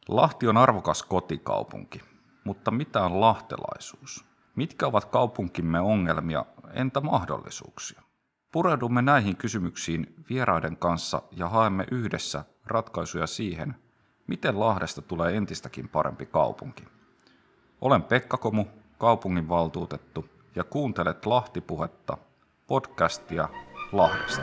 Lahti on arvokas kotikaupunki, mutta mitä on lahtelaisuus? Mitkä ovat kaupunkimme ongelmia, entä mahdollisuuksia? Pureudumme näihin kysymyksiin vieraiden kanssa ja haemme yhdessä ratkaisuja siihen, miten Lahdesta tulee entistäkin parempi kaupunki. Olen Pekka Komu, kaupunginvaltuutettu, ja kuuntelet Lahti-puhetta, podcastia Lahdesta.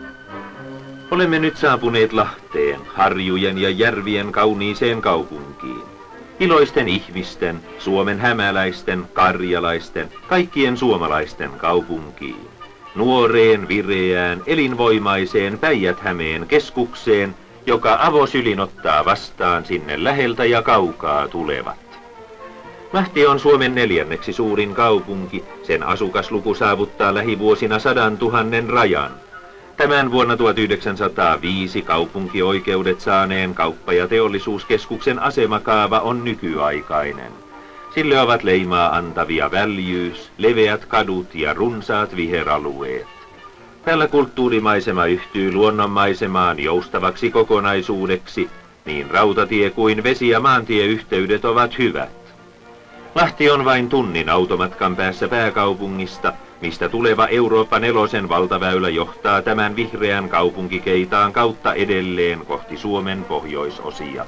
Olemme nyt saapuneet Lahteen, harjujen ja järvien kauniiseen kaupunkiin. Iloisten ihmisten, Suomen hämäläisten, karjalaisten, kaikkien suomalaisten kaupunkiin. Nuoreen, vireään, elinvoimaiseen Päijät-Hämeen keskukseen, joka avosylin ottaa vastaan sinne läheltä ja kaukaa tulevat. Lahti on Suomen 4. suurin kaupunki. Sen asukasluku saavuttaa lähivuosina 100 000 rajan. Tämän vuonna 1905 kaupunkioikeudet saaneen kauppa- ja teollisuuskeskuksen asemakaava on nykyaikainen. Sille ovat leimaa antavia väljyys, leveät kadut ja runsaat viheralueet. Tällä kulttuurimaisema yhtyy luonnonmaisemaan joustavaksi kokonaisuudeksi, niin rautatie- kuin vesi- ja maantieyhteydet ovat hyvät. Lahti on vain tunnin automatkan päässä pääkaupungista, mistä tuleva Eurooppa 4 valtaväylä johtaa tämän vihreän kaupunkikeitaan kautta edelleen kohti Suomen pohjoisosia.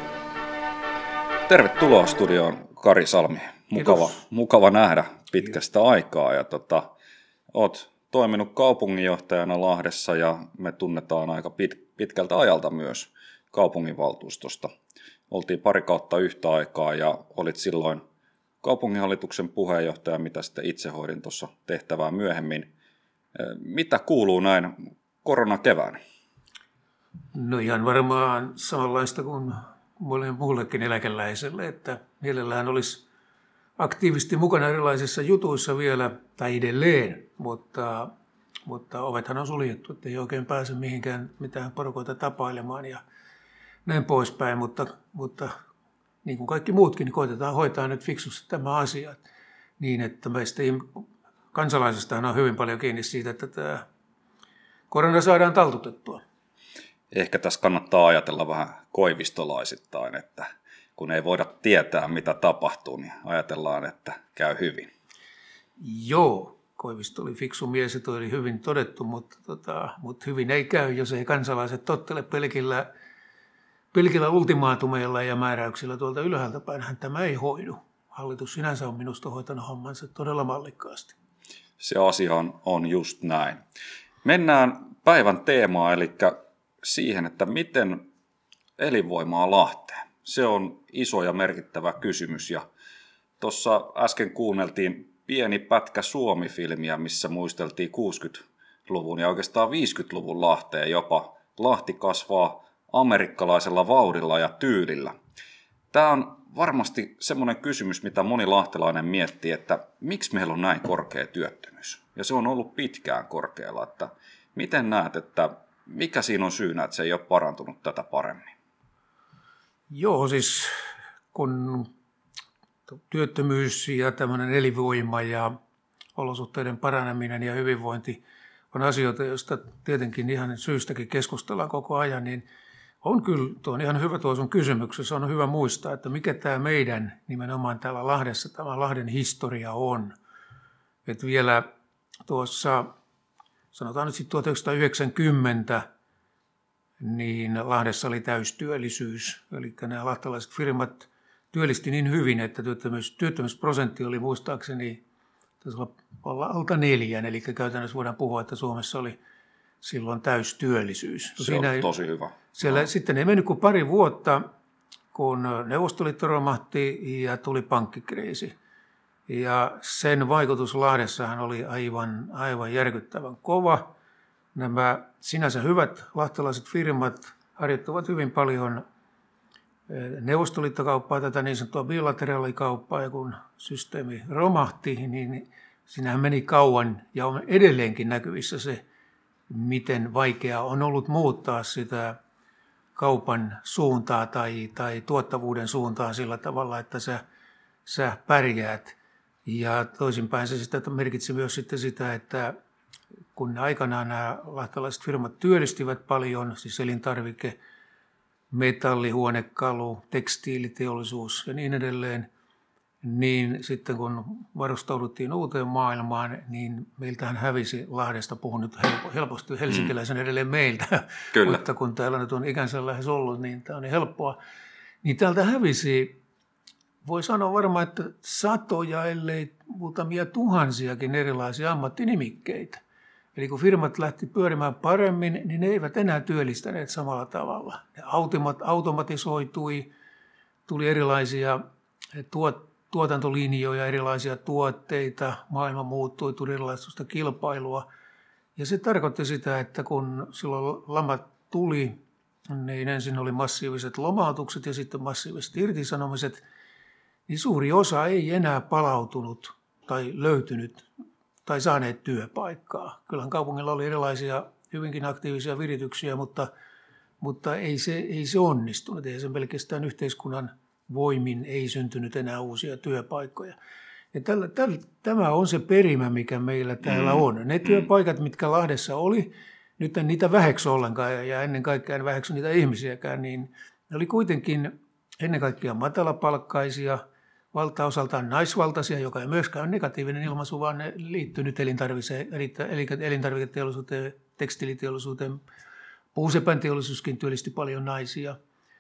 Tervetuloa studioon, Kari Salmi. Mukava nähdä pitkästä aikaa. Ja olet toiminut kaupunginjohtajana Lahdessa ja me tunnetaan aika pitkältä ajalta myös kaupunginvaltuustosta. Oltiin pari kautta yhtä aikaa ja olit silloin kaupunginhallituksen puheenjohtaja, mitä sitten itse hoidin tuossa tehtävää myöhemmin. Mitä kuuluu näin koronakeväänä? No ihan varmaan samanlaista kuin muullekin eläkeläiselle, että mielellään olisi aktiivisesti mukana erilaisissa jutuissa vielä, tai edelleen, mutta ovethan on suljettu, että ei oikein pääse mihinkään mitään porukoita tapailemaan ja näin poispäin, mutta niin kuin kaikki muutkin, niin koitetaan hoitaa nyt fiksusti tämä asia niin, että meistä kansalaisestahan on hyvin paljon kiinni siitä, että tämä korona saadaan taltutettua. Ehkä tässä kannattaa ajatella vähän koivistolaisittain, että kun ei voida tietää, mitä tapahtuu, niin ajatellaan, että käy hyvin. Joo, Koivisto oli fiksu mies ja toi oli hyvin todettu, mutta hyvin ei käy, jos ei kansalaiset tottele pelkillä ultimaatumeilla ja määräyksillä tuolta ylhäältä päin. Tämä ei hoidu. Hallitus sinänsä on minusta hoitanut hommansa todella mallikkaasti. Se asia on just näin. Mennään päivän teemaan, eli siihen, että miten elinvoimaa Lahteen. Se on iso ja merkittävä kysymys. Ja tuossa äsken kuunneltiin pieni pätkä Suomi-filmiä, missä muisteltiin 60-luvun ja oikeastaan 50-luvun Lahteen jopa. Lahti kasvaa amerikkalaisella vauhdilla ja tyylillä. Tämä on varmasti semmoinen kysymys, mitä moni lahtelainen miettii, että miksi meillä on näin korkea työttömyys. Ja se on ollut pitkään korkealla. Että miten näet, että mikä siinä on syynä, että se ei ole parantunut tätä paremmin? Joo, siis kun työttömyys ja tämmöinen elinvoima ja olosuhteiden paraneminen ja hyvinvointi on asioita, joista tietenkin ihan syystäkin keskustellaan koko ajan, niin on kyllä, tuo on ihan hyvä tuo sun kysymyksessä, on hyvä muistaa, että mikä tämä meidän nimenomaan täällä Lahdessa, tämä Lahden historia on. Että vielä tuossa, sanotaan nyt sitten 1990, niin Lahdessa oli täystyöllisyys. Eli nämä lahtelaiset firmat työllisti niin hyvin, että työttömyysprosentti oli muistaakseni, taisi olla alta 4, eli käytännössä voidaan puhua, että Suomessa oli silloin täystyöllisyys. Se on tosi hyvä. Siellä sitten ei mennyt kuin pari vuotta, kun Neuvostoliitto romahti ja tuli pankkikriisi. Ja sen vaikutus Lahdessahan oli aivan järkyttävän kova. Nämä sinänsä hyvät lahtelaiset firmat harjoittavat hyvin paljon neuvostoliittokauppaa, tätä niin sanottua bilateraalikauppaa, ja kun systeemi romahti, niin siinähän meni kauan ja on edelleenkin näkyvissä se, miten vaikeaa on ollut muuttaa sitä kaupan suuntaa tai tuottavuuden suuntaa sillä tavalla, että sä pärjäät. Ja toisinpäin se sitä merkitsi myös sitten sitä, että kun aikanaan nämä lahtelaiset firmat työllistivät paljon, siis elintarvike, metallihuonekalu, tekstiiliteollisuus ja niin edelleen, niin sitten kun varustauduttiin uuteen maailmaan, niin meiltähän hävisi Lahdesta, puhun nyt helposti helsinkiläisen edelleen meiltä, Kyllä. mutta kun täällä nyt on ikänsä lähes ollut, niin tämä on niin helppoa, niin täältä hävisi, voi sanoa varmaan, että satoja, ellei muutamia tuhansiakin erilaisia ammattinimikkeitä. Eli kun firmat lähti pyörimään paremmin, niin ne eivät enää työllistäneet samalla tavalla. Ne automatisoitui, tuli erilaisia tuotantolinjoja, erilaisia tuotteita, maailma muuttui, tuli erilaista kilpailua. Ja se tarkoitti sitä, että kun silloin lama tuli, niin ensin oli massiiviset lomautukset ja sitten massiiviset irtisanomiset, niin suuri osa ei enää palautunut tai löytynyt tai saaneet työpaikkaa. Kyllähän kaupungilla oli erilaisia hyvinkin aktiivisia virityksiä, mutta ei se onnistunut. Ei sen pelkästään yhteiskunnan voimin ei syntynyt enää uusia työpaikkoja. Ja tämä on se perimä, mikä meillä täällä on. Ne työpaikat, mitkä Lahdessa oli, nyt en niitä väheksy ollenkaan ja ennen kaikkea en väheksy niitä ihmisiäkään, niin ne oli kuitenkin ennen kaikkea matalapalkkaisia, valtaosaltaan naisvaltaisia, joka ei myöskään ole negatiivinen ilmaisu, vaan ne liittyy nyt elintarviketeollisuuteen, tekstiiliteollisuuteen, puusepän teollisuuskin työllisti paljon naisia.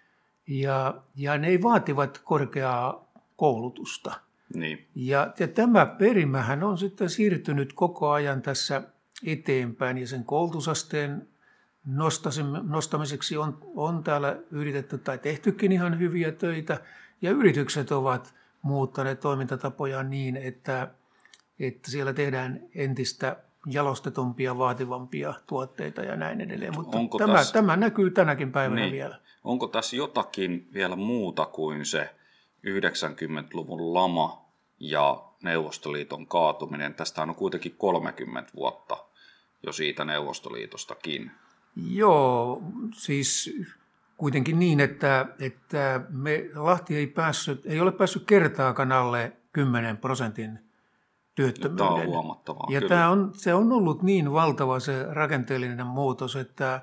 Ja ne vaativat korkeaa koulutusta. Niin. Ja tämä perimähän on sitten siirtynyt koko ajan tässä eteenpäin ja sen koulutusasteen nostamiseksi on täällä yritetty tai tehtykin ihan hyviä töitä ja yritykset ovat muuttaneet toimintatapojaan niin, että siellä tehdään entistä jalostetumpia, vaativampia tuotteita ja näin edelleen. Mutta tämä näkyy tänäkin päivänä vielä. Onko tässä jotakin vielä muuta kuin se 90-luvun lama ja Neuvostoliiton kaatuminen? Tästä on kuitenkin 30 vuotta jo siitä Neuvostoliitostakin. Joo, siis kuitenkin niin, että Lahti ei ole päässyt kertaakaan alle 10% työttömyyden. Tämä on huomattavaa. Ja se on ollut niin valtava se rakenteellinen muutos, että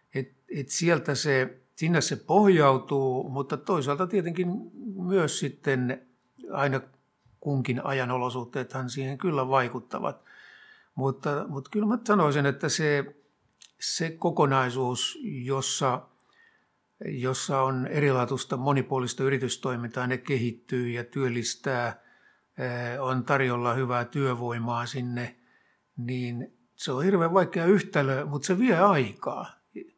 sinne se pohjautuu, mutta toisaalta tietenkin myös sitten aina kunkin ajan olosuhteethan siihen kyllä vaikuttavat. Mutta kyllä mä sanoisin, että se kokonaisuus, jossa on erilaatuista monipuolista yritystoimintaa, ne kehittyy ja työllistää, on tarjolla hyvää työvoimaa sinne, niin se on hirveän vaikea yhtälö, mutta se vie aikaa.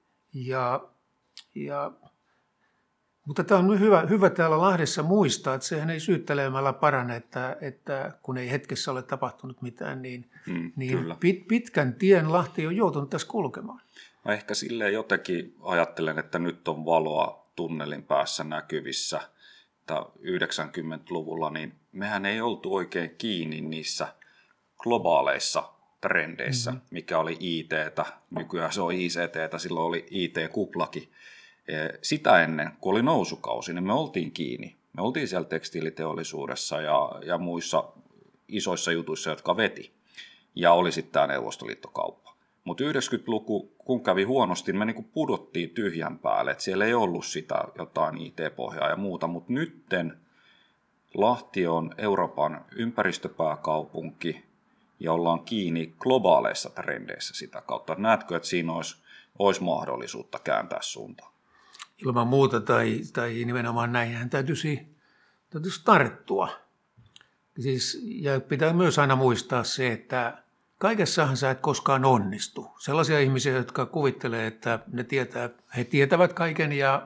Mutta tämä on hyvä täällä Lahdessa muistaa, että sehän ei syyttelemällä parane, että kun ei hetkessä ole tapahtunut mitään, niin pitkän tien Lahti on joutunut tässä kulkemaan. Mä ehkä silleen jotenkin ajattelen, että nyt on valoa tunnelin päässä näkyvissä. 90-luvulla, niin mehän ei oltu oikein kiinni niissä globaaleissa trendeissä, mikä oli IT:tä. Nykyään se on ICT:tä, silloin oli IT-kuplakin. Sitä ennen, kun oli nousukausi, niin me oltiin kiinni. Me oltiin siellä tekstiiliteollisuudessa ja muissa isoissa jutuissa, jotka veti. Ja oli sitten tämä Neuvostoliittokauppa. Mutta 90-luku, kun kävi huonosti, me niinku pudottiin tyhjän päälle. Et siellä ei ollut sitä jotain IT-pohjaa ja muuta. Mutta nytten Lahti on Euroopan ympäristöpääkaupunki ja ollaan kiinni globaaleissa trendeissä sitä kautta. Näetkö, että siinä olisi mahdollisuutta kääntää suuntaan? Ilman muuta tai nimenomaan näinhän täytyisi tarttua. Siis, ja pitää myös aina muistaa se, että kaikessahan sä et koskaan onnistu. Sellaisia ihmisiä, jotka kuvittelee, että he tietävät kaiken ja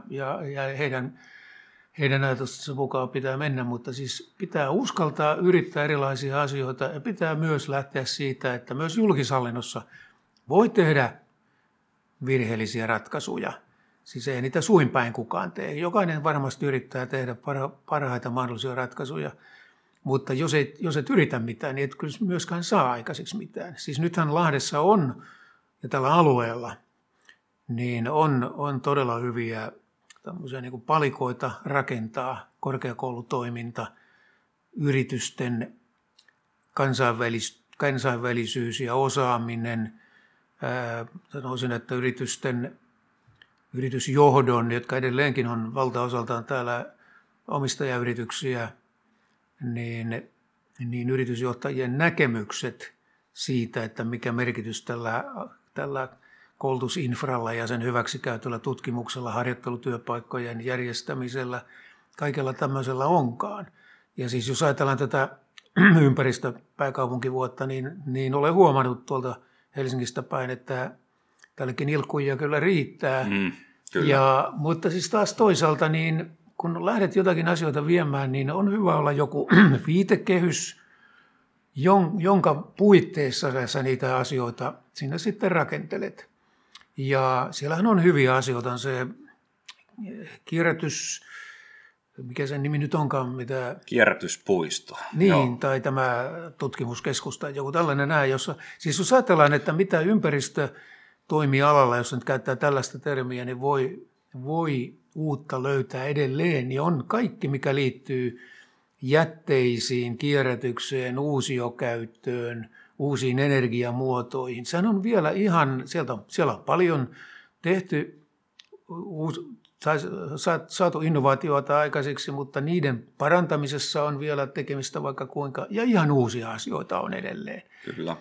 heidän ajatustensa mukaan pitää mennä, mutta siis pitää uskaltaa yrittää erilaisia asioita ja pitää myös lähteä siitä, että myös julkishallinnossa voi tehdä virheellisiä ratkaisuja. Siis ei niitä suinpäin kukaan tee. Jokainen varmasti yrittää tehdä parhaita mahdollisia ratkaisuja. Mutta jos et yritä mitään, niin et kyllä myöskään saa aikaiseksi mitään. Siis nythän Lahdessa on, ja tällä alueella, niin on todella hyviä tämmöisiä niin kuin palikoita rakentaa, korkeakoulutoiminta, yritysten kansainvälisyys ja osaaminen. Sanoisin, että yritysten yritysjohdon, jotka edelleenkin on valtaosaltaan täällä omistajayrityksiä, niin yritysjohtajien näkemykset siitä, että mikä merkitys tällä koulutusinfralla ja sen hyväksikäytöllä, tutkimuksella, harjoittelutyöpaikkojen järjestämisellä, kaikella tämmöisellä onkaan. Ja siis jos ajatellaan tätä ympäristöpääkaupunkivuotta, niin olen huomannut tuolta Helsingistä päin, että tällekin ilkkujia kyllä riittää. Kyllä. Mutta siis taas toisaalta, niin kun lähdet jotakin asioita viemään, niin on hyvä olla joku viitekehys, jonka puitteissa sä niitä asioita sinne sitten rakentelet. Ja siellähän on hyviä asioita, on se kierrätys, mikä sen nimi nyt onkaan, mitä... Kierrätyspuisto. Niin, Joo. tai tämä tutkimuskeskus tai joku tällainen näin, jossa... Siis jos ajatellaan, että mitä ympäristötoimialalla, jos nyt käyttää tällaista termiä, niin voi uutta löytää edelleen, niin on kaikki, mikä liittyy jätteisiin, kierrätykseen, uusiokäyttöön, uusiin energiamuotoihin. Sehän on vielä ihan, siellä on paljon tehty, saatu innovaatioita aikaiseksi, mutta niiden parantamisessa on vielä tekemistä vaikka kuinka, ja ihan uusia asioita on edelleen. Kyllä.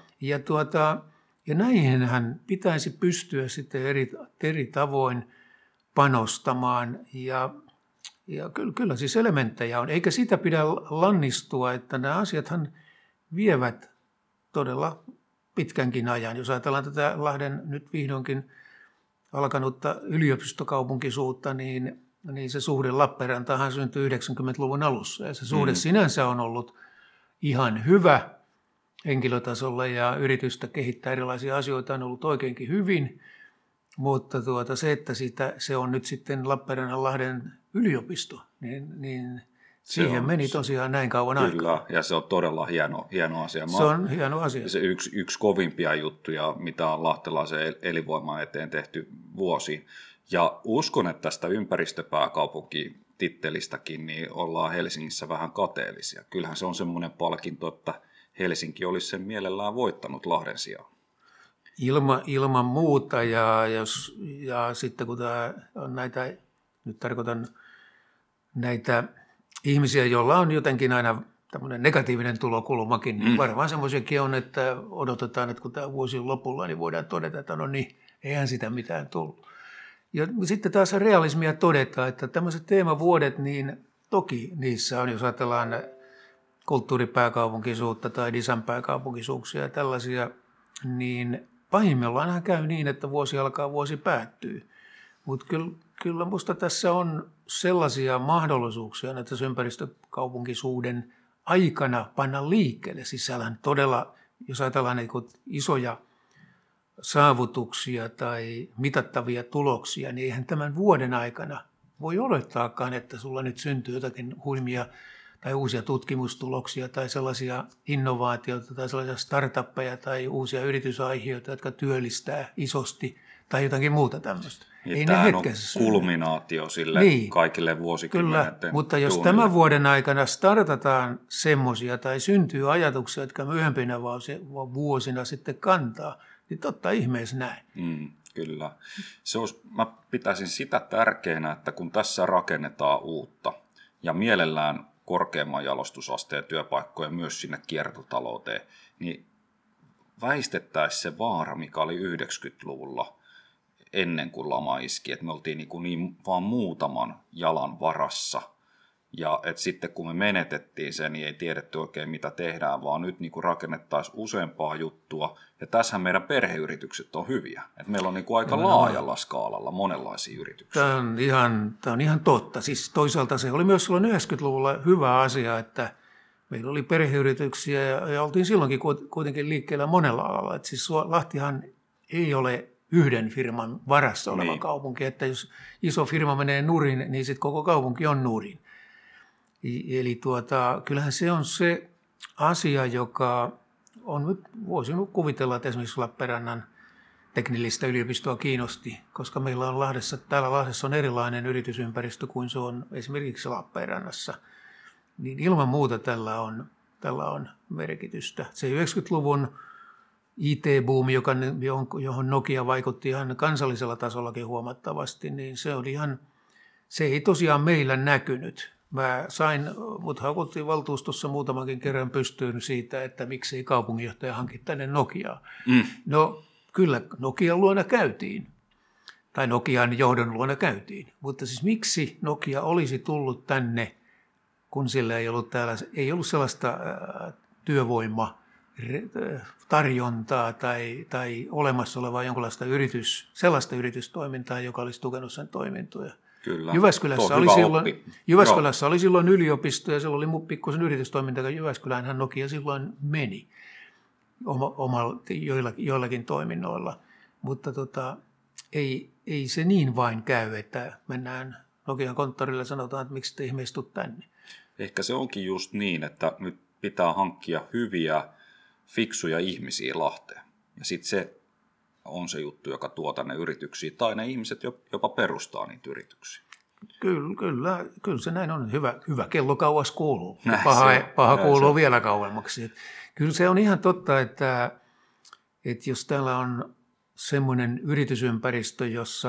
Ja näihinhän pitäisi pystyä sitten eri tavoin panostamaan, ja kyllä siis elementtejä on, eikä sitä pidä lannistua, että nämä asiathan vievät todella pitkänkin ajan. Jos ajatellaan tätä Lahden nyt vihdoinkin alkanutta yliopistokaupunkisuutta, niin se suhde Lappeenrantaanhan syntyi 90-luvun alussa, ja se suhde sinänsä on ollut ihan hyvä henkilötasolla, ja yritystä kehittää erilaisia asioita on ollut oikeinkin hyvin, mutta se, että se on nyt sitten Lappeenrannan Lahden yliopisto, niin siihen meni tosiaan näin kauan aikaa. Kyllä, ja se on todella hieno asia. Se on hieno asia. Se yksi kovimpia juttuja, mitä on lahtelaisen elinvoiman eteen tehty vuosiin. Ja uskon, että tästä ympäristöpääkaupunkitittelistäkin niin ollaan Helsingissä vähän kateellisia. Kyllähän se on semmoinen palkinto, että Helsinki olisi sen mielellään voittanut Lahden sijaan. Ilman muuta, ja sitten kun tämä on näitä, nyt tarkoitan näitä ihmisiä, joilla on jotenkin aina tämmöinen negatiivinen tulokulmakin, niin varmaan semmoisiakin on, että odotetaan, että kun tämä vuosi on lopulla, niin voidaan todeta, että no niin, eihän sitä mitään tullut. Ja sitten taas realismia todetaan, että tämmöiset teemavuodet, niin toki niissä on, jos ajatellaan kulttuuripääkaupunkisuutta tai design-pääkaupunkisuuksia ja tällaisia, niin pahimmillaan käy niin, että vuosi alkaa, vuosi päättyy. Mutta kyllä minusta tässä on sellaisia mahdollisuuksia, että se ympäristökaupunkisuuden aikana panna liikkeelle. Sisällähän todella, jos ajatellaan niin isoja saavutuksia tai mitattavia tuloksia, niin eihän tämän vuoden aikana voi olettaakaan, että sulla nyt syntyy jotakin huimia tai uusia tutkimustuloksia tai sellaisia innovaatioita tai sellaisia startuppeja tai uusia yritysaiheita, jotka työllistää isosti tai jotakin muuta tämmöistä. Ei ne hetkessä on kulminaatio sille kaikille vuosikymmeneten. Kyllä, mutta jos tämän vuoden aikana startataan semmoisia tai syntyy ajatuksia, jotka myöhempinä vuosina sitten kantaa, niin totta ihmeessä näin. Kyllä. Mä pitäisin sitä tärkeänä, että kun tässä rakennetaan uutta ja mielellään korkeamman jalostusasteen työpaikkoja myös sinne kiertotalouteen, niin väistettäisiin se vaara, mikä oli 90-luvulla ennen kuin lama iski, että me oltiin niin vaan muutaman jalan varassa. Ja että sitten kun me menetettiin sen, niin ei tiedetty oikein mitä tehdään, vaan nyt rakennettaisiin useampaa juttua. Ja tässähän meidän perheyritykset on hyviä. Että meillä on aika laajalla skaalalla monenlaisia yrityksiä. Tämä on ihan totta. Siis toisaalta se oli myös silloin 90-luvulla hyvä asia, että meillä oli perheyrityksiä ja oltiin silloinkin kuitenkin liikkeellä monella alalla. Että siis Lahtihan ei ole yhden firman varassa oleva kaupunki, että jos iso firma menee nurin, niin sitten koko kaupunki on nurin. Eli kyllähän se on se asia, joka on nyt, voisin kuvitella, että esimerkiksi Lappeenrannan teknillistä yliopistoa kiinnosti, koska meillä on täällä Lahdessa on erilainen yritysympäristö kuin se on esimerkiksi Lappeenrannassa. Niin ilman muuta tällä on merkitystä. Se 90-luvun IT-buumi, johon Nokia vaikutti ihan kansallisella tasollakin huomattavasti, niin se ei tosiaan meillä näkynyt. Mut haukuttiin valtuustossa muutamankin kerran pystyyn siitä, että miksei kaupunginjohtaja hanki tänne Nokiaa. No kyllä Nokian luona käytiin, tai Nokian johdon luona käytiin, mutta siis miksi Nokia olisi tullut tänne, kun sillä ei ollut sellaista työvoimatarjontaa tai olemassa olevaa jonkinlaista sellaista yritystoimintaa, joka olisi tukenut sen toimintoja. Kyllä. Jyväskylässä oli silloin yliopisto ja siellä oli pikkusen yritystoiminta, ja Jyväskyläänhän Nokia silloin meni joillakin toiminnoilla. Mutta ei se niin vain käy, että mennään Nokian konttorille ja sanotaan, että miksi te ihmeistut tänne. Ehkä se onkin just niin, että nyt pitää hankkia hyviä, fiksuja ihmisiä Lahteen. Ja sitten se on se juttu, joka tuo tänne yrityksiin, tai ne ihmiset jopa perustaa niitä yrityksiä. Kyllä se näin on. Hyvä kello kauas kuuluu. Paha näin kuuluu se vielä kauemmaksi. Kyllä se on ihan totta, että jos täällä on semmoinen yritysympäristö,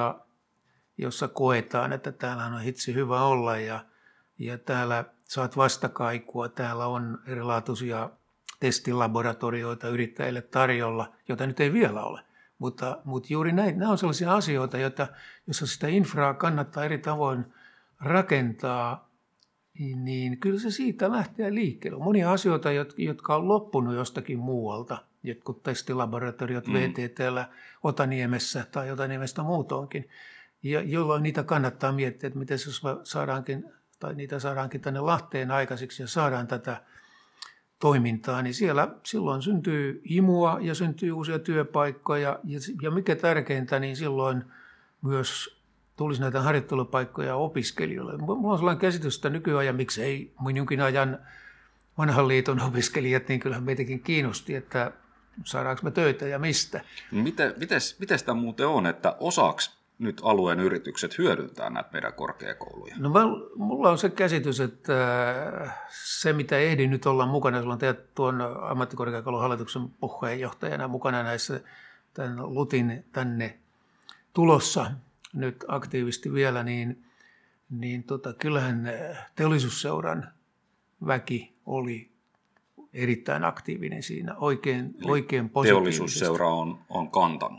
jossa koetaan, että täällä on hitsi hyvä olla ja täällä saat vastakaikua, täällä on erilaatuisia testilaboratorioita yrittäjille tarjolla, joita nyt ei vielä ole. Mutta juuri nämä on sellaisia asioita, joissa sitä infraa kannattaa eri tavoin rakentaa, niin kyllä se siitä lähtee liikkeelle. On monia asioita, jotka on loppunut jostakin muualta. Jotkut testilaboratoriot VTT:llä Otaniemessä tai Otaniemestä muutoinkin, jolloin niitä kannattaa miettiä, että miten jos niitä saadaankin tänne Lahteen aikaiseksi ja saadaan tätä toimintaa, niin siellä silloin syntyy imua ja syntyy uusia työpaikkoja ja mikä tärkeintä, niin silloin myös tulisi näitä harjoittelupaikkoja opiskelijoille. Mulla on sellainen käsitys, että nykyään, miksei minunkin ajan vanhan liiton opiskelijat, niin kyllähän meitäkin kiinnosti, että saadaanko me töitä ja mistä. Miten sitä muuten on, että osaksi nyt alueen yritykset hyödyntää näitä meidän korkeakouluja? No mulla on se käsitys, että se mitä ehdin nyt olla mukana, sulla on teet tuon ammattikorkeakoulun hallituksen puheenjohtajana mukana näissä tämän LUTin tänne tulossa nyt aktiivisesti vielä, niin kyllähän teollisuusseuran väki oli erittäin aktiivinen siinä, oikein positiivisesti. Teollisuusseura on kantanut.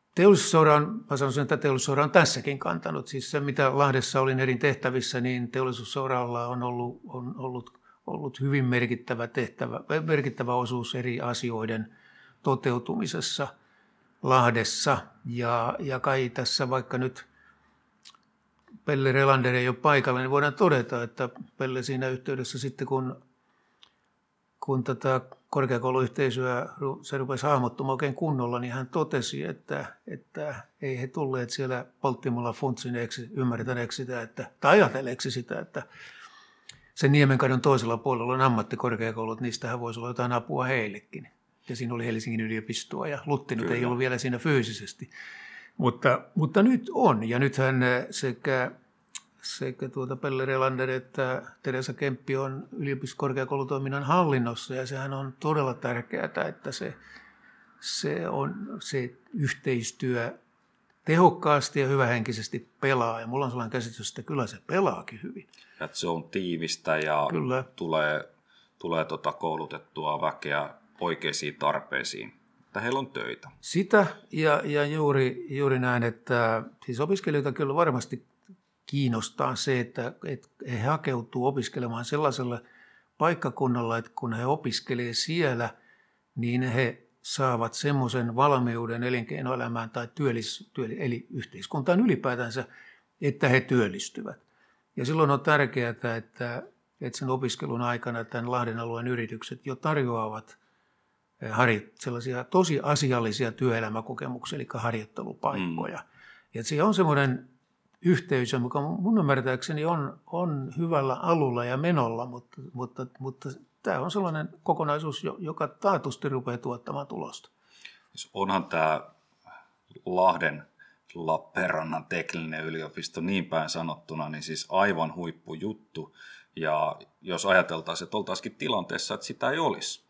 Mä sanoisin, että teollisuusseura on tässäkin kantanut. Siis se, mitä Lahdessa olin eri tehtävissä, niin teollisuusseuralla on ollut hyvin merkittävä osuus eri asioiden toteutumisessa Lahdessa. Ja kai tässä vaikka nyt Pelle Relander ei ole paikalla, niin voidaan todeta, että Pelle siinä yhteydessä sitten, kun tätä korkeakouluyhteisöä se rupesi hahmottumaan oikein kunnolla, niin hän totesi, että ei he tulleet siellä polttimalla funtsineeksi, ymmärtäneeksi sitä, tai ajatelleeksi sitä, että sen Niemenkadon toisella puolella on ammattikorkeakoulut, niistähän voisi olla jotain apua heillekin. Ja siinä oli Helsingin yliopistoa ja LUT nyt ei ollut vielä siinä fyysisesti. Mutta nyt on, ja nythän sekä Pelle Relander että Teresa Kemppi on yliopistokorkeakoulutoiminnan hallinnossa, ja sehän on todella tärkeää, että se yhteistyö tehokkaasti ja hyvähenkisesti pelaa, ja mulla on sellainen käsitys, että kyllä se pelaakin hyvin. Että se on tiivistä ja kyllä tulee koulutettua väkeä oikeisiin tarpeisiin, että heillä on töitä. Sitä ja juuri näin, että siis opiskelijoita kyllä varmasti kiinnostaa se, että he hakeutuu opiskelemaan sellaisella paikkakunnalla, että kun he opiskelevat siellä, niin he saavat semmoisen valmiuden elinkeinoelämään tai eli yhteiskuntaan ylipäätänsä, että he työllistyvät. Ja silloin on tärkeää, että sen opiskelun aikana tämän Lahden alueen yritykset jo tarjoavat sellaisia tosi asiallisia työelämäkokemuksia, eli harjoittelupaikkoja. Ja se on semmoinen yhteisö, joka mun ymmärtääkseni on hyvällä alulla ja menolla, mutta tämä on sellainen kokonaisuus, joka taatusti rupeaa tuottamaan tulosta. Onhan tämä Lahden Lappeenrannan teknillinen yliopisto niin päin sanottuna, niin siis aivan huippujuttu. Ja jos ajateltaisiin, että oltaisikin tilanteessa, että sitä ei olisi,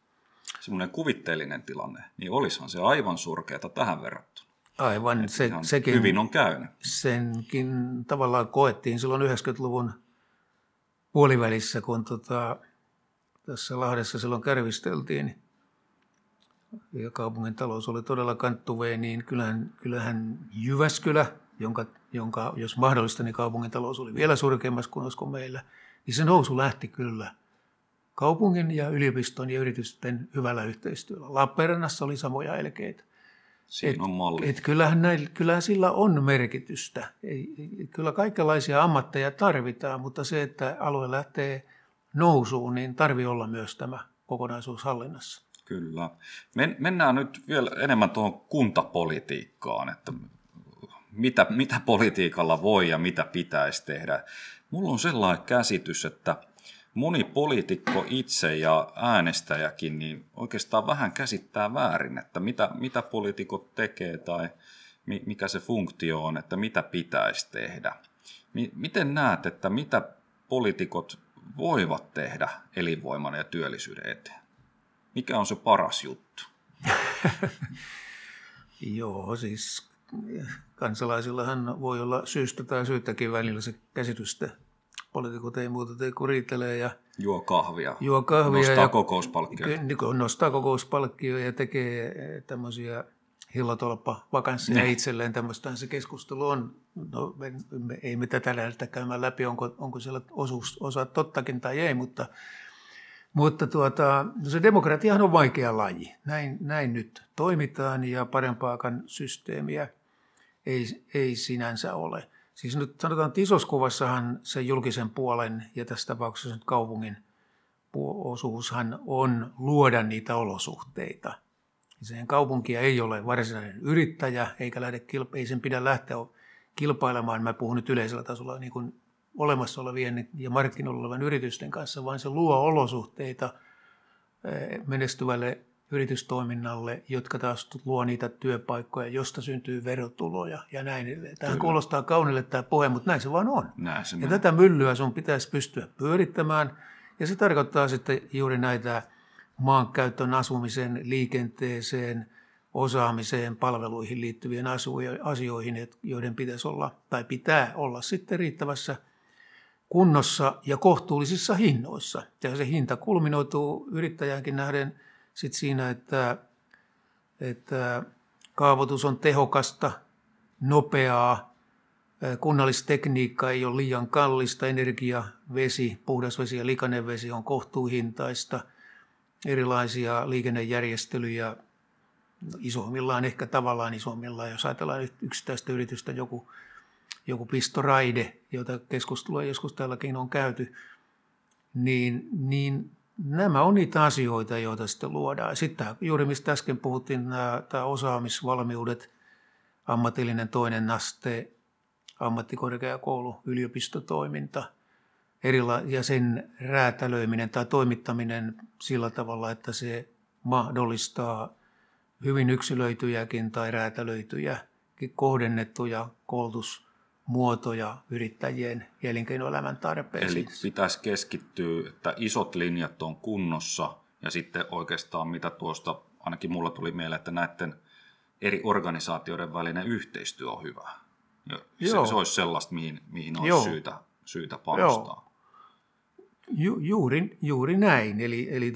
semmoinen kuvitteellinen tilanne, niin olisihan se aivan surkeata tähän verrattuna. Aivan, sekin, hyvin on käynyt. Senkin tavallaan koettiin silloin 90-luvun puolivälissä, kun tässä Lahdessa silloin kärvisteltiin ja kaupungin talous oli todella kanttuvee, niin kyllähän Jyväskylä, jonka jos mahdollista, niin kaupungin talous oli vielä surkeammassa kunnossa kuin meillä, niin se nousu lähti kyllä kaupungin ja yliopiston ja yritysten hyvällä yhteistyöllä. Lappeenrannassa oli samoja elkeitä. Siinä on malli. Kyllähän sillä on merkitystä. Kyllä kaikenlaisia ammatteja tarvitaan, mutta se, että alue lähtee nousuun, niin tarvii olla myös tämä kokonaisuus hallinnassa. Kyllä. Mennään nyt vielä enemmän tuohon kuntapolitiikkaan, että mitä politiikalla voi ja mitä pitäisi tehdä. Mulla on sellainen käsitys, että moni poliitikko itse ja äänestäjäkin niin oikeastaan vähän käsittää väärin, että mitä poliitikot tekee tai mikä se funktio on, että mitä pitäisi tehdä. Miten näet, että mitä poliitikot voivat tehdä elinvoiman ja työllisyyden eteen? Mikä on se paras juttu? Joo, siis kansalaisillahan voi olla syystä tai syyttäkin välillä se käsitystä. Poliitikot ei muuta tee kuin riitelee ja juo kahvia nostaa kokouspalkkioita. Nostaa kokouspalkkioita ja tekee tämmöisiä hillotolppavakansseja itselleen. Tämmöistähän se keskustelu on. No, ei me tätä lähdetä käymään läpi, onko siellä osa tottakin tai ei, mutta se demokratiahan on vaikea laji. Näin nyt toimitaan ja parempaakaan systeemiä ei sinänsä ole. Siis nyt sanotaan, että isossa kuvassahan se julkisen puolen ja tässä tapauksessa nyt kaupungin osuushan on luoda niitä olosuhteita. Sen kaupunkia ei ole varsinainen yrittäjä, ei sen pidä lähteä kilpailemaan, mä puhun nyt yleisellä tasolla niin kuin olemassa olevien ja markkinoilla olevien yritysten kanssa, vaan se luo olosuhteita menestyvälle yritystoiminnalle, jotka taas luo niitä työpaikkoja, josta syntyy verotuloja ja näin edelleen. Tähän kuulostaa kaunille tämä puhe, mutta näin se vaan on. Ja tätä myllyä sun pitäisi pystyä pyörittämään, ja se tarkoittaa sitten juuri näitä maankäytön, asumisen, liikenteeseen, osaamiseen, palveluihin liittyvien asioihin, joiden pitäisi olla tai pitää olla sitten riittävässä kunnossa ja kohtuullisissa hinnoissa. Ja se hinta kulminoituu yrittäjänkin nähden sit siinä, että kaavoitus on tehokasta, nopeaa, kunnallistekniikka ei ole liian kallista, energia, vesi, puhdas vesi ja likainen vesi on kohtuuhintaista, erilaisia liikennejärjestelyjä, isommillaan ehkä tavallaan isommillaan, jos ajatellaan yksittäistä yritystä, joku pistoraide, jota keskustelua joskus täälläkin on käyty, niin nämä on niitä asioita, joita sitten luodaan. Sitten juuri mistä äsken puhuttiin, tämä osaamisvalmiudet, ammatillinen toinen aste, ammattikorkeakoulu, yliopistotoiminta ja sen räätälöiminen tai toimittaminen sillä tavalla, että se mahdollistaa hyvin yksilöityjäkin tai räätälöityjä, kohdennettuja koulutusmuotoja yrittäjien ja elinkeinoelämän tarpeisiin. Eli pitäisi keskittyä, että isot linjat on kunnossa ja sitten oikeastaan mitä tuosta, ainakin mulla tuli mieleen, että näiden eri organisaatioiden välinen yhteistyö on hyvä. Se olisi sellaista, mihin olisi syytä panostaa. Juuri näin. Eli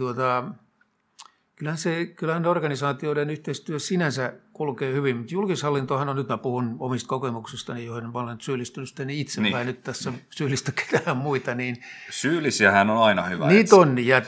kyllähän organisaatioiden yhteistyö sinänsä kulkee hyvin, mutta julkishallintohan on, nyt mä puhun omista kokemuksistani, joihin mä olen syyllistynyt itse, mä en nyt tässä syyllistä ketään muita. Niin, syyllisiähän on aina hyvä. Niitä on, ja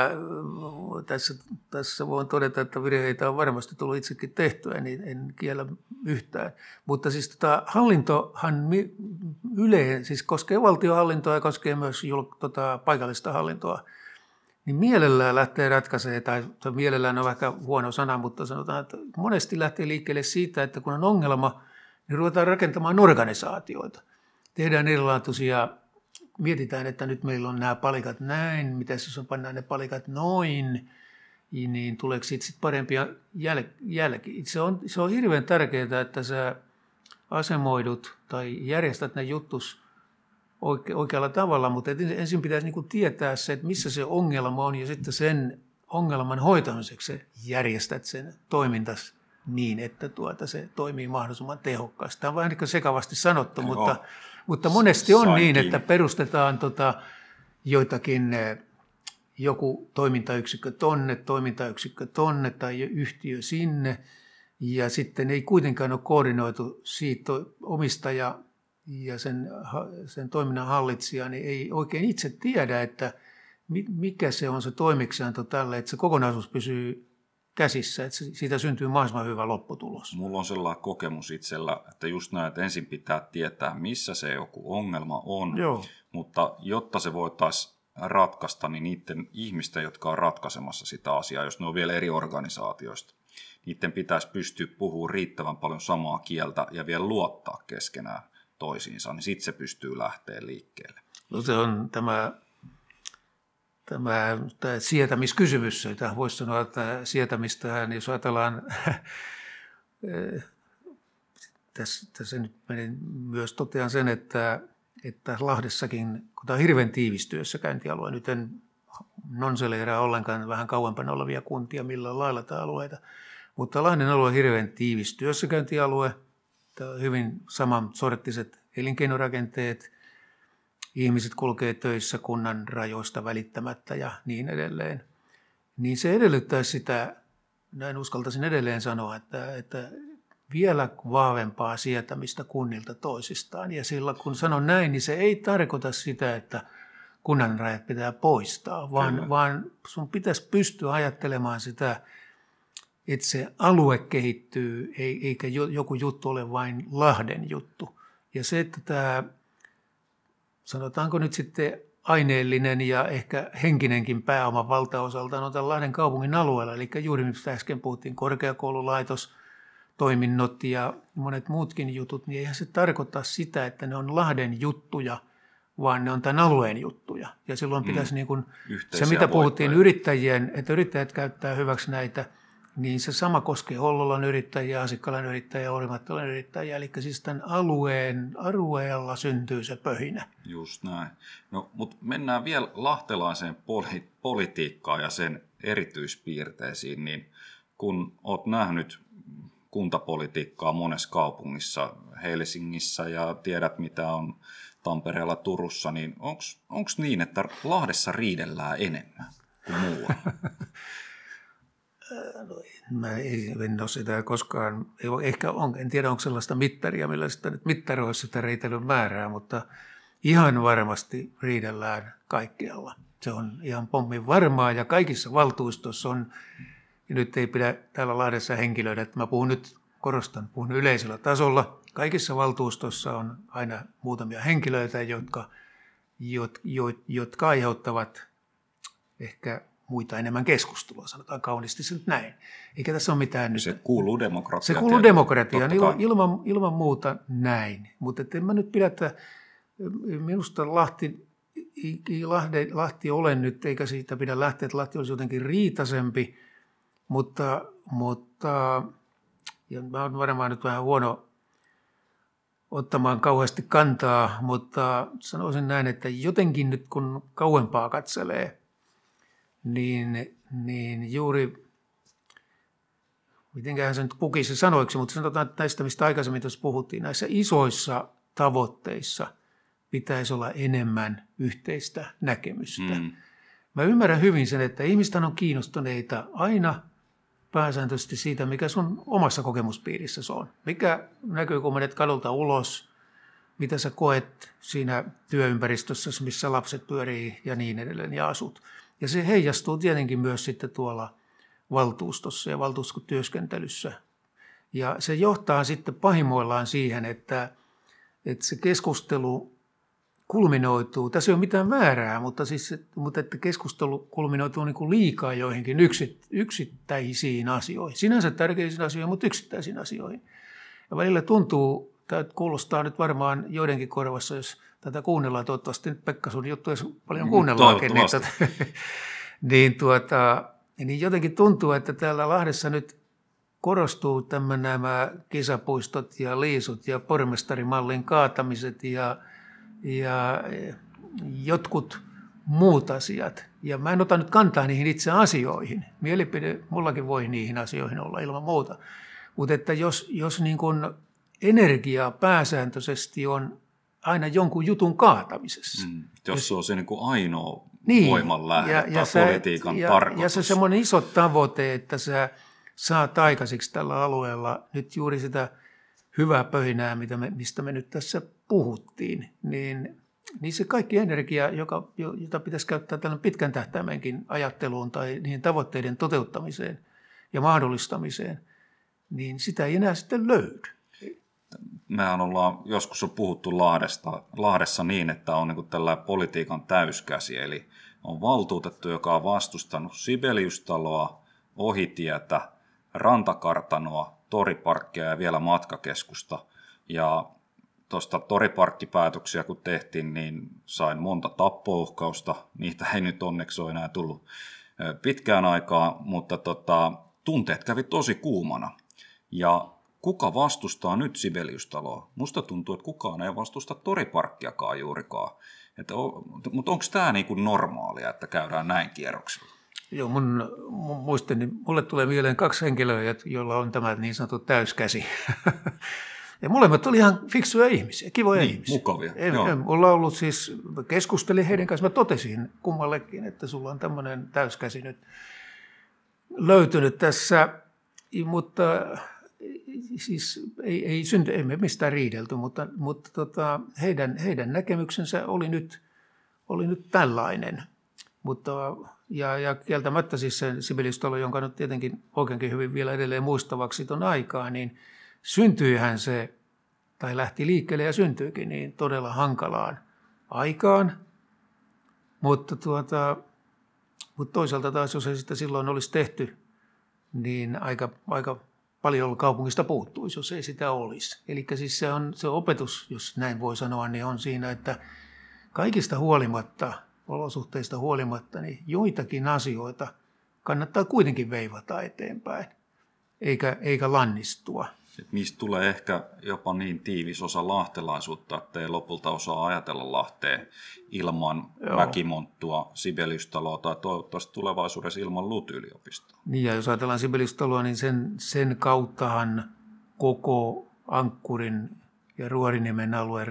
tässä voin todeta, että virheitä on varmasti tullut itsekin tehtyä, niin en kiellä yhtään. Mutta siis hallintohan siis koskee valtionhallintoa ja koskee myös paikallista hallintoa, niin mielellään lähtee ratkaisemaan, tai mielellään on ehkä huono sana, mutta sanotaan, että monesti lähtee liikkeelle siitä, että kun on ongelma, niin ruvetaan rakentamaan organisaatioita. Tehdään erilaatuisia, mietitään, että nyt meillä on nämä palikat näin, mitä jos on pannaan ne palikat noin, niin tuleeko siitä sitten parempia jälki. Se on hirveän tärkeää, että sä asemoidut tai järjestät ne juttus oikealla tavalla, mutta ensin pitäisi niin kuin tietää se, että missä se ongelma on, ja sitten sen ongelman hoitamiseksi järjestät sen toimintas niin, että se toimii mahdollisimman tehokkaasti. Tämä on vähän niin sekavasti sanottu, mutta monesti on niin, että perustetaan joitakin joku toimintayksikkö tonne tai yhtiö sinne, ja sitten ei kuitenkaan ole koordinoitu siitä omistaja ja sen toiminnan hallitsija, niin ei oikein itse tiedä, että mikä se on se toimeksianto tälle, että se kokonaisuus pysyy käsissä, että siitä syntyy mahdollisimman hyvä lopputulos. Mulla on sellainen kokemus itsellä, että just näin, että ensin pitää tietää, missä se joku ongelma on, Joo. mutta jotta se voitaisiin ratkaista, niin niiden ihmisten, jotka on ratkaisemassa sitä asiaa, jos ne on vielä eri organisaatioista, niiden pitäisi pystyä puhumaan riittävän paljon samaa kieltä ja vielä luottaa keskenään toisiinsa, niin sitten se pystyy lähteä liikkeelle. No se on tämä sietämiskysymys, jota voisi sanoa, että sietämistähän, jos ajatellaan, tässä nyt myös totean sen, että Lahdessakin, kun tämä on hirveän tiivis työssäkäyntialue, nyt en nonseleeraa ollenkaan vähän kauempana olevia kuntia millään lailla tämä alueita, mutta Lahden alue on hirveän tiivis työssäkäyntialue, tämä on hyvin samansorttiset elinkeinorakenteet, ihmiset kulkee töissä kunnan rajoista välittämättä ja niin edelleen, niin se edellyttää sitä, näin uskaltaisin edelleen sanoa, että vielä vahvempaa sietämistä kunnilta toisistaan. Ja silloin kun sanon näin, niin se ei tarkoita sitä, että kunnan rajat pitää poistaa, vaan sun pitäisi pystyä ajattelemaan sitä, että se alue kehittyy, eikä joku juttu ole vain Lahden juttu. Ja se, että tämä, sanotaanko nyt sitten aineellinen ja ehkä henkinenkin pääoma valtaosaltaan on tämän Lahden kaupungin alueella, eli juuri mistä äsken puhuttiin, korkeakoululaitos, toiminnot ja monet muutkin jutut, niin eihän se tarkoita sitä, että ne on Lahden juttuja, vaan ne on tämän alueen juttuja. Ja silloin pitäisi niin kuin, se, mitä puhuttiin yrittäjien, että yrittäjät käyttää hyväksi näitä, niin se sama koskee Hollolan yrittäjiä, Asikkalan yrittäjiä, Orimattilan yrittäjiä, eli siis tämän alueella syntyy se pöhinä. Just näin. No, mutta mennään vielä lahtelaiseen politiikkaan ja sen erityispiirteisiin, niin kun olet nähnyt kuntapolitiikkaa monessa kaupungissa, Helsingissä ja tiedät mitä on Tampereella, Turussa, niin onko niin, että Lahdessa riidellään enemmän kuin muualla? Mä en ole sitä koskaan, en tiedä onko sellaista mittaria, millä sitä nyt mittaroisi sitä riitelyn määrää, mutta ihan varmasti riidellään kaikkialla. Se on ihan pommin varmaa ja kaikissa valtuustossa on, ja nyt ei pidä täällä Lahdessa henkilöidä, että mä puhun yleisellä tasolla. Kaikissa valtuustossa on aina muutamia henkilöitä, jotka aiheuttavat ehkä muita enemmän keskustelua, sanotaan kauniisti se nyt näin. Eikä tässä ole mitään nyt. Se kuuluu demokratiaan. Se kuuluu demokratiaan, ilman muuta näin. Mutta en mä nyt pidä, että minusta Lahti ole nyt, eikä siitä pidä lähteä, että Lahti olisi jotenkin riitaisempi, mutta ja mä olen varmaan nyt vähän huono ottamaan kauheasti kantaa, mutta sanoisin näin, että jotenkin nyt kun kauempaa katselee, niin juuri, mitenköhän se nyt pukisi sanoiksi, mutta sanotaan, että näistä, mistä aikaisemmin tuossa puhuttiin, näissä isoissa tavoitteissa pitäisi olla enemmän yhteistä näkemystä. Mä ymmärrän hyvin sen, että ihmiset on kiinnostuneita aina pääsääntöisesti siitä, mikä sun omassa kokemuspiirissä on. Mikä näkyy, kun menet kadulta ulos, mitä sä koet siinä työympäristössä, missä lapset pyörii ja niin edelleen ja asut. Ja se heijastuu tietenkin myös sitten tuolla valtuustossa ja valtuustotyöskentelyssä. Ja se johtaa sitten pahimmoillaan siihen, että se keskustelu kulminoituu, tässä ei ole mitään väärää, mutta että keskustelu kulminoituu niin kuin liikaa joihinkin yksittäisiin asioihin. Sinänsä tärkeisiin asioihin, mutta yksittäisiin asioihin. Ja välillä tuntuu, tämä kuulostaa nyt varmaan joidenkin korvassa, jos tätä kuunnellaan, toivottavasti nyt Pekka sun juttuja paljon kuunnellaankin, niin jotenkin tuntuu, että täällä Lahdessa nyt korostuu nämä kisapuistot ja liisut ja pormestarimallin kaatamiset ja jotkut muut asiat. Ja mä en ota nyt kantaa niihin itse asioihin. Mielipide mullakin voi niihin asioihin olla ilman muuta. Mutta että jos niin kun energia pääsääntöisesti on aina jonkun jutun kaatamisessa. Jos se on se niin kuin ainoa niin, voimanlähde tai politiikan tarkoitus. Ja se semmoinen iso tavoite, että sä saat aikaiseksi tällä alueella nyt juuri sitä hyvää pöhinää, mistä me nyt tässä puhuttiin, niin se kaikki energia, jota pitäisi käyttää tällainen pitkän tähtäimenkin ajatteluun tai niihin tavoitteiden toteuttamiseen ja mahdollistamiseen, niin sitä ei enää sitten löydy. Mehän ollaan joskus on puhuttu Lahdessa niin, että on niin tällainen politiikan täyskäsi, eli on valtuutettu, joka on vastustanut Sibeliustaloa, Ohitietä, Rantakartanoa, Toriparkkia ja vielä matkakeskusta. Ja tuosta Toriparkkipäätöksiä kun tehtiin, niin sain monta tappouhkausta. Niitä ei nyt onneksi ole enää tullut pitkään aikaa, mutta tunteet kävi tosi kuumana. Ja kuka vastustaa nyt Sibeliustaloa? Musta tuntuu, että kukaan ei vastusta Toriparkkiakaan juurikaan. Mutta onko tämä niinku normaalia, että käydään näin kierroksella? Joo, mun muistini, mulle tulee mieleen 2 henkilöä, joilla on tämä niin sanottu täyskäsi. Ja molemmat oli ihan fiksuja ihmisiä, kivoja ihmisiä. Mukavia. Mulla on ollut siis, keskustelin heidän kanssa, mä totesin kummallekin, että sulla on tämmöinen täyskäsi nyt löytynyt tässä, mutta siis ei me mistään riidelty, mutta heidän näkemyksensä oli nyt tällainen. Mutta, ja kieltämättä siis se Sibeliustalo, jonka nyt tietenkin oikeinkin hyvin vielä edelleen muistavaksi ton aikaa, niin syntyihän se, tai lähti liikkeelle ja syntyikin niin todella hankalaan aikaan. Mutta toisaalta taas, jos ei sitä silloin olisi tehty, niin aika paljon kaupungista puuttuisi, jos ei sitä olisi. Eli siis se opetus, jos näin voi sanoa, niin on siinä, että kaikista huolimatta, olosuhteista huolimatta, niin joitakin asioita kannattaa kuitenkin veivata eteenpäin, eikä lannistua. Niistä tulee ehkä jopa niin tiivis osa lahtelaisuutta, että ei lopulta osaa ajatella Lahteen ilman Mäkimonttua, Sibeliustaloa tai toivottavasti tulevaisuudessa ilman LUT-yliopistoa. Niin, ja jos ajatellaan Sibeliustaloa, niin sen kauttahan koko Ankkurin ja Ruoriniemen alueen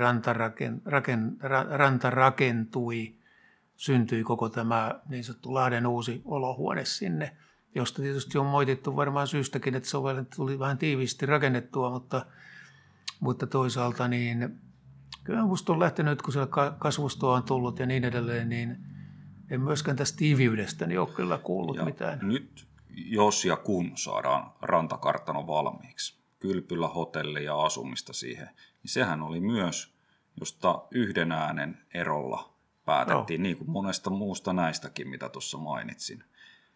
ranta rakentui, syntyi koko tämä niin sanottu Lahden uusi olohuone sinne, josta tietysti on moitittu varmaan syystäkin, että se tuli vähän tiiviisti rakennettua, mutta toisaalta niin kyllä musta on lähtenyt, kun siellä kasvustoa on tullut ja niin edelleen, niin en myöskään tästä tiiviydestä niin ole kyllä kuullut mitään. Nyt jos ja kun saadaan Rantakartano valmiiksi, kylpylä, hotelli ja asumista siihen, niin sehän oli myös, josta yhden äänen erolla päätettiin, niin kuin monesta muusta näistäkin, mitä tuossa mainitsin.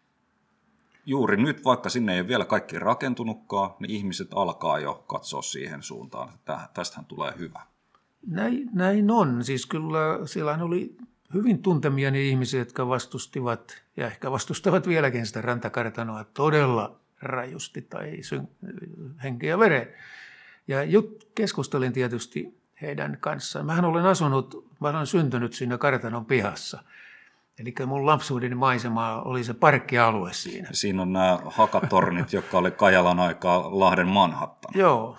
Juuri nyt, vaikka sinne ei ole vielä kaikki rakentunutkaan, niin ihmiset alkaa jo katsoa siihen suuntaan, että tästähän tulee hyvä. Näin on. Siis kyllä siellä oli hyvin tuntemia ne ihmisiä, jotka vastustivat ja ehkä vastustavat vieläkin sitä Rantakartanoa todella rajusti tai henkeä ja veren. Ja keskustelin tietysti heidän kanssaan. Mä olen syntynyt siinä kartanon pihassa. Eli mun lapsuuden maisema oli se parkkialue siinä. Siinä on nämä hakatornit, jotka oli Kajalan aikaa Lahden Manhattan. Joo,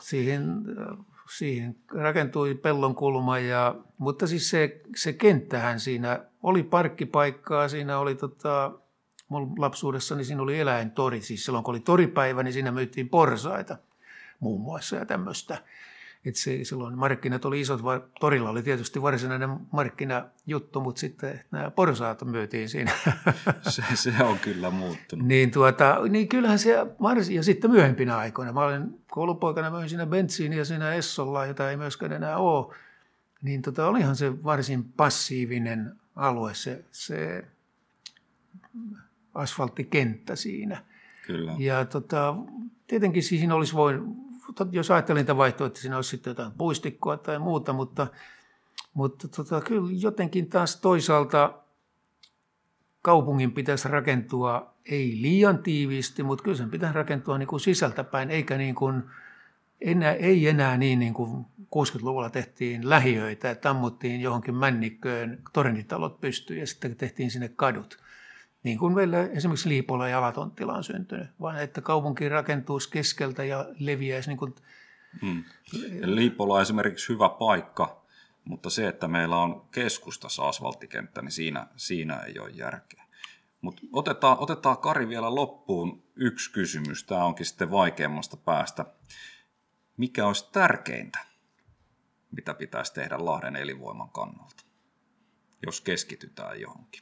siihen rakentui pellonkulma, mutta siis se kenttähän siinä oli parkkipaikkaa, siinä oli mun lapsuudessani siinä oli eläintori, siis silloin kun oli toripäivä, niin siinä myytiin porsaita muun muassa ja tämmöistä. Että silloin markkinat oli isot, torilla oli tietysti varsinainen markkinajuttu, mutta sitten nämä porsaat myytiin siinä. Se on kyllä muuttunut. Niin kyllähän se, ja sitten myöhempinä aikoina, mä olin koulupoikana, myin siinä bensiiniä siinä Essolla, jota ei myöskään enää ole, niin olihan se varsin passiivinen alue, se asfalttikenttä siinä. Kyllä. Ja tietenkin siihen olisi voinut, jos ajattelin niitä vaihtoehtoja, että siinä olisi sitten jotain puistikkoa tai muuta, mutta kyllä jotenkin taas toisaalta kaupungin pitäisi rakentua ei liian tiiviisti, mutta kyllä sen pitäisi rakentua niin kuin sisältäpäin, eikä niin kuin ei enää niin kuin 60-luvulla tehtiin lähiöitä, että ammuttiin johonkin männikköön tornitalot pystyyn ja sitten tehtiin sinne kadut. Niin kuin meillä esimerkiksi Liipola ja Alatonttila on syntynyt, vaan että kaupunki rakentuisi keskeltä ja leviäisi. Niin kuin... Liipola on esimerkiksi hyvä paikka, mutta se, että meillä on keskustassa asfalttikenttä, niin siinä ei ole järkeä. Mutta otetaan Kari vielä loppuun yksi kysymys. Tämä onkin sitten vaikeammasta päästä. Mikä olisi tärkeintä, mitä pitäisi tehdä Lahden elinvoiman kannalta, jos keskitytään johonkin?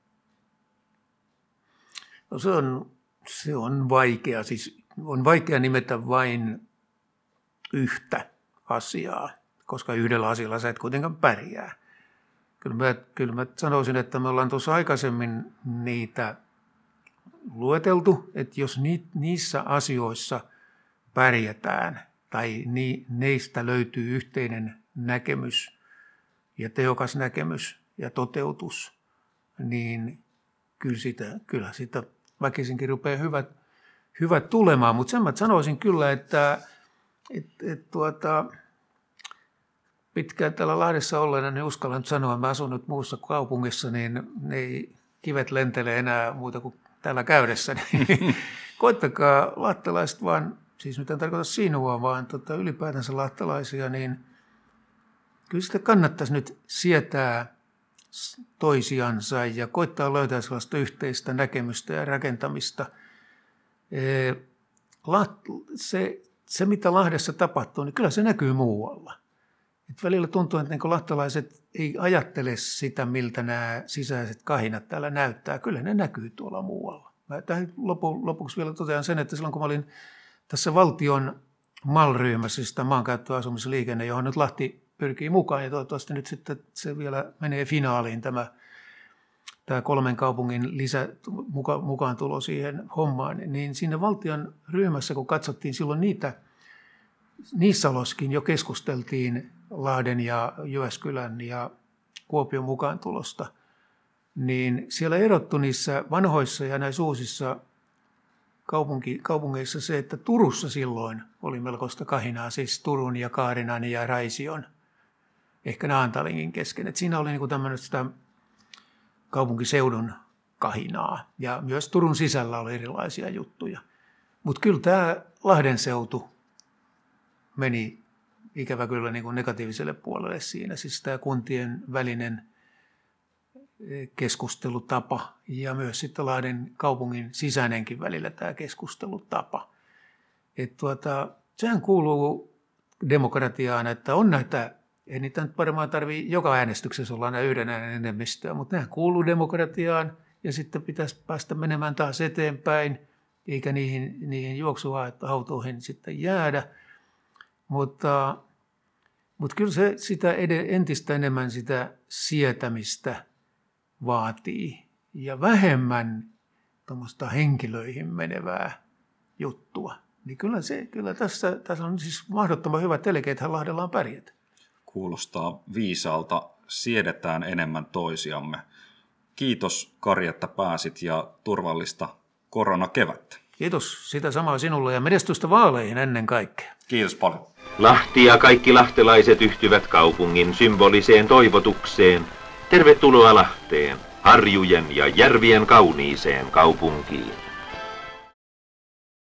No se on vaikea. Siis on vaikea nimetä vain yhtä asiaa, koska yhdellä asialla sä et kuitenkaan pärjää. Kyllä mä sanoisin, että me ollaan tuossa aikaisemmin niitä lueteltu, että jos niissä asioissa pärjätään tai neistä löytyy yhteinen näkemys ja tehokas näkemys ja toteutus, niin kyllä sitä väkisinkin rupeaa hyvät tulemaan. Mutta sen mä sanoisin kyllä, että pitkään täällä Lahdessa olleena, niin uskallan sanoa, että mä asun nyt muussa kaupungissa, niin ne ei kivet lentele enää muuta kuin täällä käydessä. Niin koittakaa lahtelaiset vaan, siis nyt en tarkoita sinua, vaan ylipäätänsä lahtelaisia, niin kyllä sitä kannattaisi nyt sietää toisiansa ja koittaa löytää sellaista yhteistä näkemystä ja rakentamista. Se, mitä Lahdessa tapahtuu, niin kyllä se näkyy muualla. Et välillä tuntuu, että niin lahtelaiset ei ajattele sitä, miltä nämä sisäiset kahinat täällä näyttää. Kyllä ne näkyy tuolla muualla. Mä tähän lopuksi vielä totean sen, että silloin kun mä olin tässä valtion MAL-ryhmässä, siis maankäyttö-, asumis- ja liikenne, johon nyt Lahti pyrkii mukaan, ja toivottavasti nyt sitten se vielä menee finaaliin tämä 3 kaupungin mukaan tulo siihen hommaan, niin siinä valtion ryhmässä, kun katsottiin silloin niissä oloskin jo keskusteltiin Lahden ja Jyväskylän ja Kuopion mukaan tulosta, niin siellä erottu niissä vanhoissa ja näissä uusissa kaupungeissa se, että Turussa silloin oli melkoista kahinaa, siis Turun ja Kaarinan ja Raision, ehkä Naantalingin kesken. Et siinä oli niinku tämmöistä kaupunkiseudun kahinaa ja myös Turun sisällä oli erilaisia juttuja. Mutta kyllä tämä Lahden seutu meni ikävä kyllä niin kuin negatiiviselle puolelle siinä. Siis tämä kuntien välinen keskustelutapa ja myös sitten Lahden kaupungin sisäinenkin välillä tämä keskustelutapa. Sehän kuuluu demokratiaan, että on näitä, ei niitä nyt varmaan tarvitse joka äänestyksessä olla näin yhden äänen enemmistöä, mutta nehän kuuluu demokratiaan ja sitten pitäisi päästä menemään taas eteenpäin, eikä niihin juoksuhautoihin sitten jäädä. Mutta kyllä se sitä entistä enemmän sitä sietämistä vaatii ja vähemmän tuommoista henkilöihin menevää juttua. Niin kyllä tässä on siis mahdottoman hyvä telke, että Lahdella on pärjätä. Kuulostaa viisaalta. Siedetään enemmän toisiamme. Kiitos Kari, että pääsit ja turvallista koronakevättä. Kiitos sitä samaa sinulle ja menestystä vaaleihin ennen kaikkea. Kiitos paljon. Lahti ja kaikki lahtelaiset yhtyvät kaupungin symboliseen toivotukseen. Tervetuloa Lahteen, harjujen ja järvien kauniiseen kaupunkiin.